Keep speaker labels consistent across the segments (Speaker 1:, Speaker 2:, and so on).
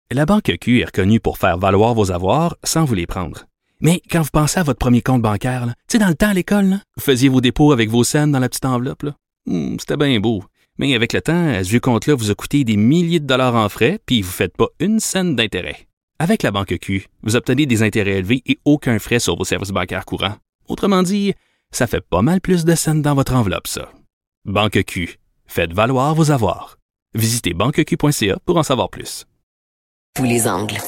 Speaker 1: La Banque Q est reconnue pour faire valoir vos avoirs sans vous les prendre. Mais quand vous pensez à votre premier compte bancaire, tu sais, dans le temps à l'école, là, vous faisiez vos dépôts avec vos scènes dans la petite enveloppe. Là. C'était bien beau. Mais avec le temps, ce vieux compte-là vous a coûté des milliers de dollars en frais, puis vous ne faites pas une scène d'intérêt. Avec la Banque Q, vous obtenez des intérêts élevés et aucun frais sur vos services bancaires courants. Autrement dit, ça fait pas mal plus de scènes dans votre enveloppe, ça. Banque Q. Faites valoir vos avoirs. Visitez banqueq.ca pour en savoir plus.
Speaker 2: Tous les angles.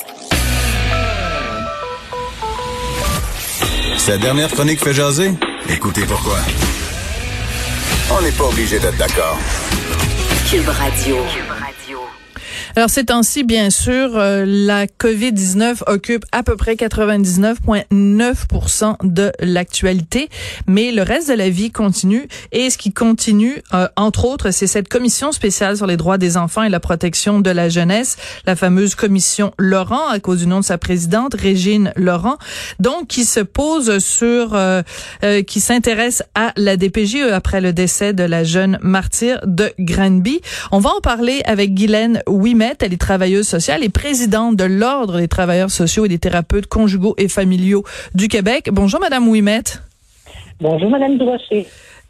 Speaker 3: Cette dernière chronique fait jaser? Écoutez pourquoi. On n'est pas obligé d'être d'accord.
Speaker 2: Cube Radio.
Speaker 4: Alors, ces temps-ci, bien sûr, la COVID-19 occupe à peu près 99,9% de l'actualité, mais le reste de la vie continue. Et ce qui continue, entre autres, c'est cette commission spéciale sur les droits des enfants et la protection de la jeunesse, la fameuse commission Laurent, à cause du nom de sa présidente, Régine Laurent, donc qui se pose sur, qui s'intéresse à la DPJ après le décès de la jeune martyre de Granby. On va en parler avec Guylaine Ouimet. Elle est travailleuse sociale et présidente de l'Ordre des travailleurs sociaux et des thérapeutes conjugaux et familiaux du Québec. Bonjour, Madame Ouimet.
Speaker 5: Bonjour, Madame Durocher.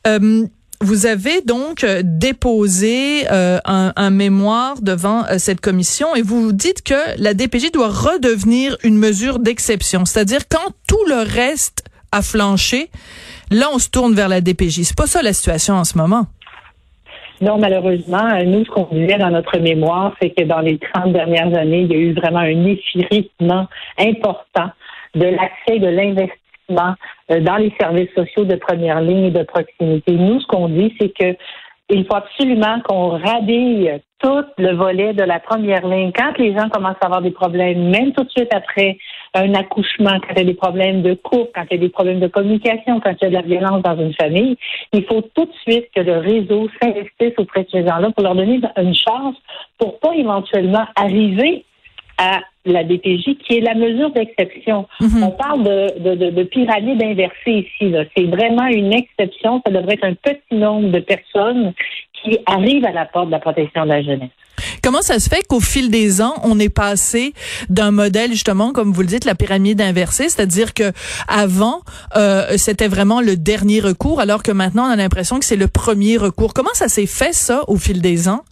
Speaker 4: Vous avez donc déposé un mémoire devant cette commission et vous dites que la DPJ doit redevenir une mesure d'exception. C'est-à-dire quand tout le reste a flanché, là, on se tourne vers la DPJ. C'est pas ça la situation en ce moment.
Speaker 5: Non, malheureusement, nous, ce qu'on disait dans notre mémoire, c'est que dans les 30 dernières années, il y a eu vraiment un effritement important de l'accès, de l'investissement dans les services sociaux de première ligne et de proximité. Nous, ce qu'on dit, c'est que il faut absolument qu'on rhabille tout le volet de la première ligne. Quand les gens commencent à avoir des problèmes, même tout de suite après un accouchement, quand il y a des problèmes de couple, quand il y a des problèmes de communication, quand il y a de la violence dans une famille, il faut tout de suite que le réseau s'investisse auprès de ces gens-là pour leur donner une chance pour pas éventuellement arriver à la DPJ, qui est la mesure d'exception. Mm-hmm. On parle de pyramide inversée ici. Là. C'est vraiment une exception. Ça devrait être un petit nombre de personnes qui arrivent à la porte de la protection de la jeunesse.
Speaker 4: Comment ça se fait qu'au fil des ans, on est passé d'un modèle, justement, comme vous le dites, la pyramide inversée, c'est-à-dire que avant, c'était vraiment le dernier recours, alors que maintenant, on a l'impression que c'est le premier recours. Comment ça s'est fait, ça, au fil des ans?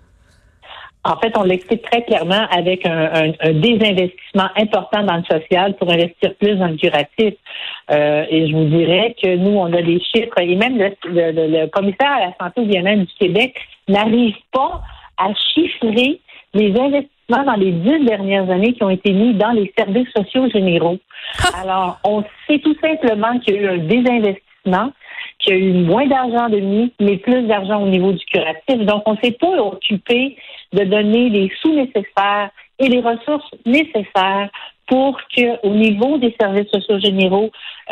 Speaker 5: En fait, on l'explique très clairement avec un désinvestissement important dans le social pour investir plus dans le curatif. Et je vous dirais que nous, on a des chiffres, et même le commissaire à la santé au bien-être du Québec n'arrive pas à chiffrer les investissements dans les 10 dernières années qui ont été mis dans les services sociaux généraux. Alors, on sait tout simplement qu'il y a eu un désinvestissement, qu'il y a eu moins d'argent de mis, mais plus d'argent au niveau du curatif. Donc, on ne s'est pas occupé de donner les sous nécessaires et les ressources nécessaires pour que, au niveau des services sociaux généraux,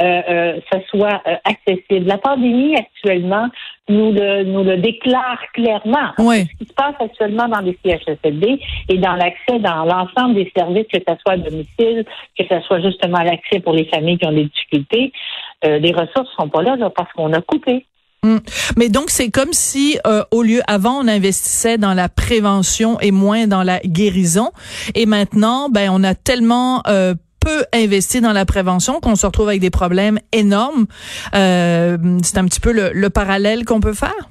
Speaker 5: ça soit accessible. La pandémie actuellement nous le déclare clairement.
Speaker 4: Oui.
Speaker 5: Ce qui se passe actuellement dans les CHSLD et dans l'accès dans l'ensemble des services, que ce soit à domicile, que ce soit justement l'accès pour les familles qui ont des difficultés, les ressources sont pas là parce qu'on a coupé.
Speaker 4: Mais donc, c'est comme si, au lieu, avant, on investissait dans la prévention et moins dans la guérison. Et maintenant, ben, on a tellement peu investi dans la prévention qu'on se retrouve avec des problèmes énormes. C'est un petit peu le parallèle qu'on peut faire.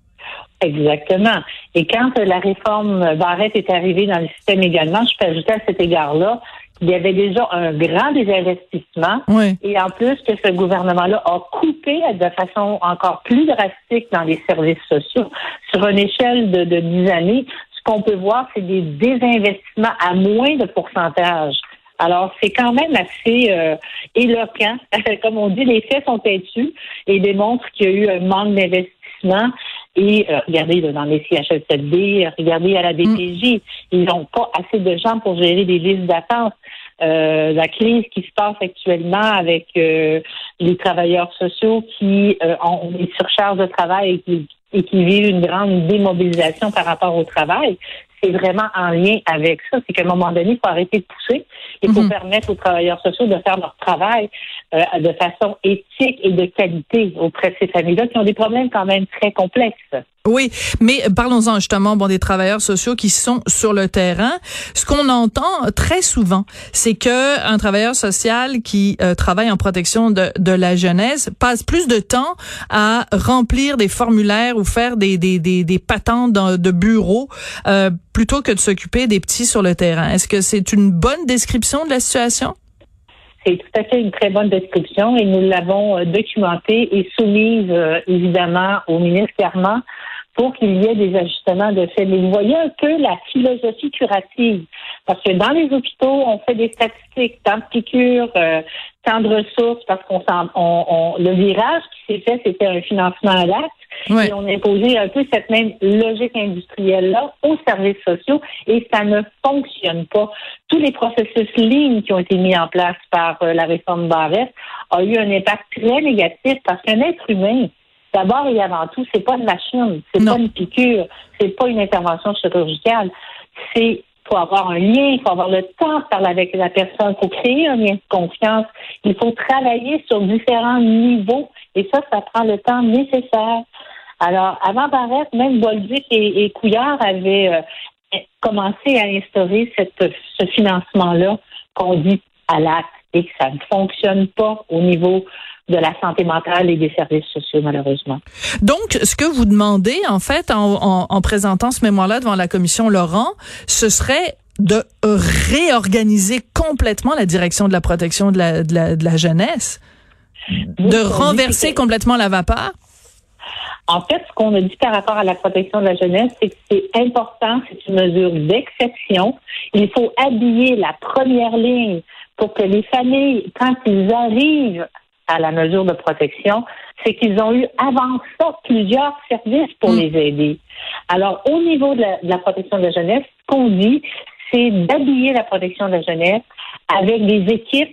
Speaker 5: Exactement. Et quand la réforme Barrette est arrivée dans le système également, je peux ajouter à cet égard-là, il y avait déjà un grand désinvestissement.
Speaker 4: Oui.
Speaker 5: Et en plus que ce gouvernement-là a coupé de façon encore plus drastique dans les services sociaux sur une échelle de 10 années. Ce qu'on peut voir, c'est des désinvestissements à moins de pourcentage. Alors, c'est quand même assez éloquent. Comme on dit, les faits sont têtus et démontrent qu'il y a eu un manque d'investissement. Et regardez là, dans les CHSLD, regardez à la DPJ, ils n'ont pas assez de gens pour gérer des listes d'attente. La crise qui se passe actuellement avec les travailleurs sociaux qui ont des surcharges de travail et qui vivent une grande démobilisation par rapport au travail, c'est vraiment en lien avec ça. C'est qu'à un moment donné, il faut arrêter de pousser. Il faut permettre aux travailleurs sociaux de faire leur travail de façon éthique et de qualité auprès de ces familles-là qui ont des problèmes quand même très complexes.
Speaker 4: Oui, mais parlons-en justement des travailleurs sociaux qui sont sur le terrain. Ce qu'on entend très souvent, c'est que un travailleur social qui travaille en protection de la jeunesse passe plus de temps à remplir des formulaires ou faire des patentes de bureau plutôt que de s'occuper des petits sur le terrain. Est-ce que c'est une bonne description de la situation?
Speaker 5: C'est tout à fait une très bonne description et nous l'avons documentée et soumise évidemment au ministre Carman pour qu'il y ait des ajustements de fait. Mais vous voyez un peu la philosophie curative. Parce que dans les hôpitaux, on fait des statistiques, tant de piqûres, tant de ressources, parce le virage qui s'est fait, c'était un financement à l'acte.
Speaker 4: Ouais.
Speaker 5: Et on a imposé un peu cette même logique industrielle-là aux services sociaux et ça ne fonctionne pas. Tous les processus lignes qui ont été mis en place par la réforme Barrette ont eu un impact très négatif parce qu'un être humain, d'abord et avant tout, c'est pas une machine, c'est pas une piqûre, c'est pas une intervention chirurgicale. Faut avoir un lien, il faut avoir le temps de parler avec la personne, il faut créer un lien de confiance, il faut travailler sur différents niveaux et ça prend le temps nécessaire. Alors, avant Barrette, même Bolduc et Couillard avaient commencé à instaurer ce financement-là qu'on dit à l'acte et que ça ne fonctionne pas au niveau de la santé mentale et des services sociaux, malheureusement.
Speaker 4: Donc, ce que vous demandez, en fait, en présentant ce mémoire-là devant la commission Laurent, ce serait de réorganiser complètement la direction de la protection de la jeunesse, de renverser complètement la vapeur?
Speaker 5: En fait, ce qu'on a dit par rapport à la protection de la jeunesse, c'est que c'est important, c'est une mesure d'exception. Il faut habiller la première ligne pour que les familles, quand ils arrivent à la mesure de protection, c'est qu'ils ont eu avant ça plusieurs services pour les aider. Alors, au niveau de la protection de la jeunesse, ce qu'on dit, c'est d'habiller la protection de la jeunesse avec des équipes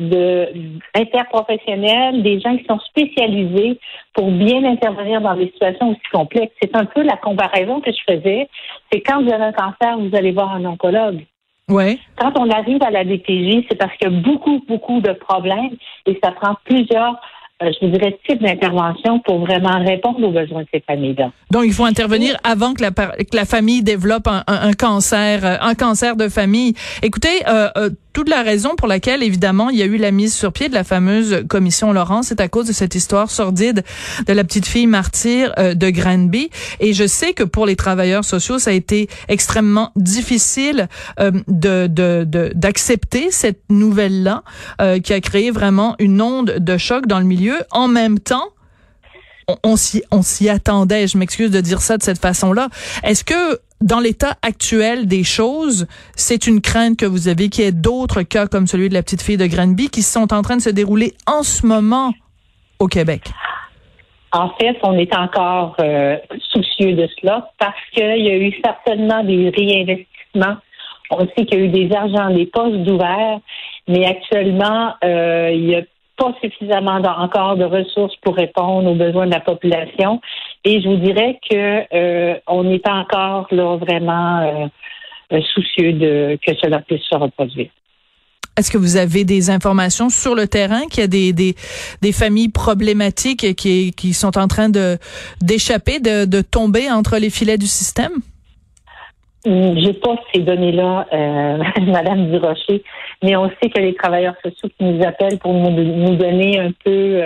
Speaker 5: interprofessionnels, des gens qui sont spécialisés pour bien intervenir dans des situations aussi complexes. C'est un peu la comparaison que je faisais. C'est quand vous avez un cancer, vous allez voir un oncologue.
Speaker 4: Ouais.
Speaker 5: Quand on arrive à la DPJ, c'est parce qu'il y a beaucoup, beaucoup de problèmes et ça prend plusieurs, je vous dirais, types d'interventions pour vraiment répondre aux besoins de ces familles-là.
Speaker 4: Donc, il faut intervenir avant que la famille développe un cancer de famille. Écoutez, toute la raison pour laquelle, évidemment, il y a eu la mise sur pied de la fameuse commission Laurent, c'est à cause de cette histoire sordide de la petite fille martyre de Granby. Et je sais que pour les travailleurs sociaux, ça a été extrêmement difficile d'accepter cette nouvelle-là, qui a créé vraiment une onde de choc dans le milieu. En même temps, on s'y attendait. Je m'excuse de dire ça de cette façon-là. Est-ce que dans l'état actuel des choses, c'est une crainte que vous avez qu'il y ait d'autres cas comme celui de la petite fille de Granby qui sont en train de se dérouler en ce moment au Québec?
Speaker 5: En fait, on est encore soucieux de cela parce qu'il y a eu certainement des réinvestissements. On sait qu'il y a eu des argents, des postes ouverts, mais actuellement, il y a pas suffisamment encore de ressources pour répondre aux besoins de la population. Et je vous dirais que on est encore là vraiment soucieux que cela puisse se reproduire.
Speaker 4: Est-ce que vous avez des informations sur le terrain qu'il y a des familles problématiques qui sont en train d'échapper, de tomber entre les filets du système?
Speaker 5: J'ai pas ces données-là, Madame Durocher, mais on sait que les travailleurs sociaux qui nous appellent pour nous donner un peu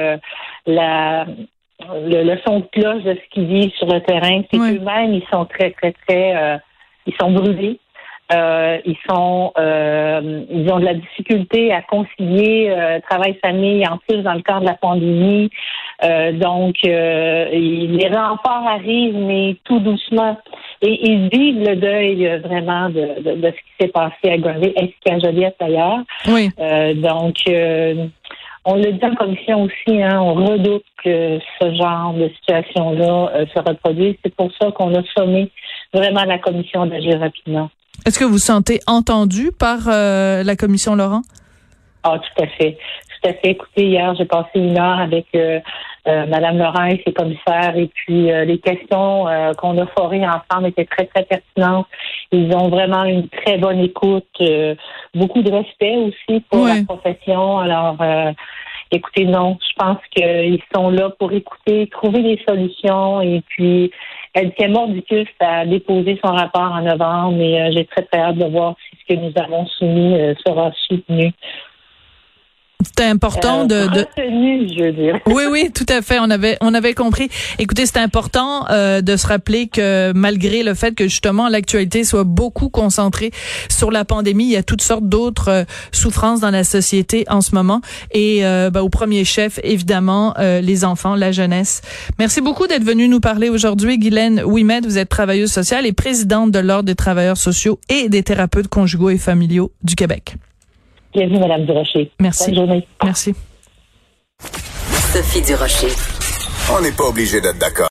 Speaker 5: le son de cloche de ce qu'ils vivent sur le terrain, c'est qu'eux-mêmes, ils sont très, très, très ils sont brûlés. Ils ont de la difficulté à concilier travail-famille, en plus dans le cadre de la pandémie. Donc, les renforts arrivent, mais tout doucement. Et ils vivent le deuil vraiment de ce qui s'est passé à Granby, ainsi qu'à Joliette d'ailleurs.
Speaker 4: Oui.
Speaker 5: Donc, on le dit en commission aussi, on redoute que ce genre de situation-là se reproduise. C'est pour ça qu'on a sommé vraiment la commission d'agir rapidement.
Speaker 4: Est-ce que vous vous sentez entendu par la commission Laurent?
Speaker 5: Ah, tout à fait. Tout à fait. Écoutez, hier, j'ai passé une heure avec Madame Laurent et ses commissaires et puis les questions qu'on a forées ensemble étaient très, très pertinentes. Ils ont vraiment une très bonne écoute, beaucoup de respect aussi pour la profession. Alors, écoutez, non, je pense qu'ils sont là pour écouter, trouver des solutions et puis elle tient mordicus à déposer son rapport en novembre et j'ai très hâte de voir si ce que nous avons soumis sera soutenu.
Speaker 4: C'était important
Speaker 5: retenu, je veux dire.
Speaker 4: Oui, tout à fait. On avait compris. Écoutez, c'est important de se rappeler que malgré le fait que justement l'actualité soit beaucoup concentrée sur la pandémie, il y a toutes sortes d'autres souffrances dans la société en ce moment. Et au premier chef, évidemment, les enfants, la jeunesse. Merci beaucoup d'être venue nous parler aujourd'hui, Guylaine Ouimet. Vous êtes travailleuse sociale et présidente de l'Ordre des travailleurs sociaux et des thérapeutes conjugaux et familiaux du Québec.
Speaker 5: Bienvenue, Mme Durocher.
Speaker 4: Merci.
Speaker 5: Bonne journée.
Speaker 4: Merci.
Speaker 2: Sophie Durocher.
Speaker 3: On n'est pas obligé d'être d'accord.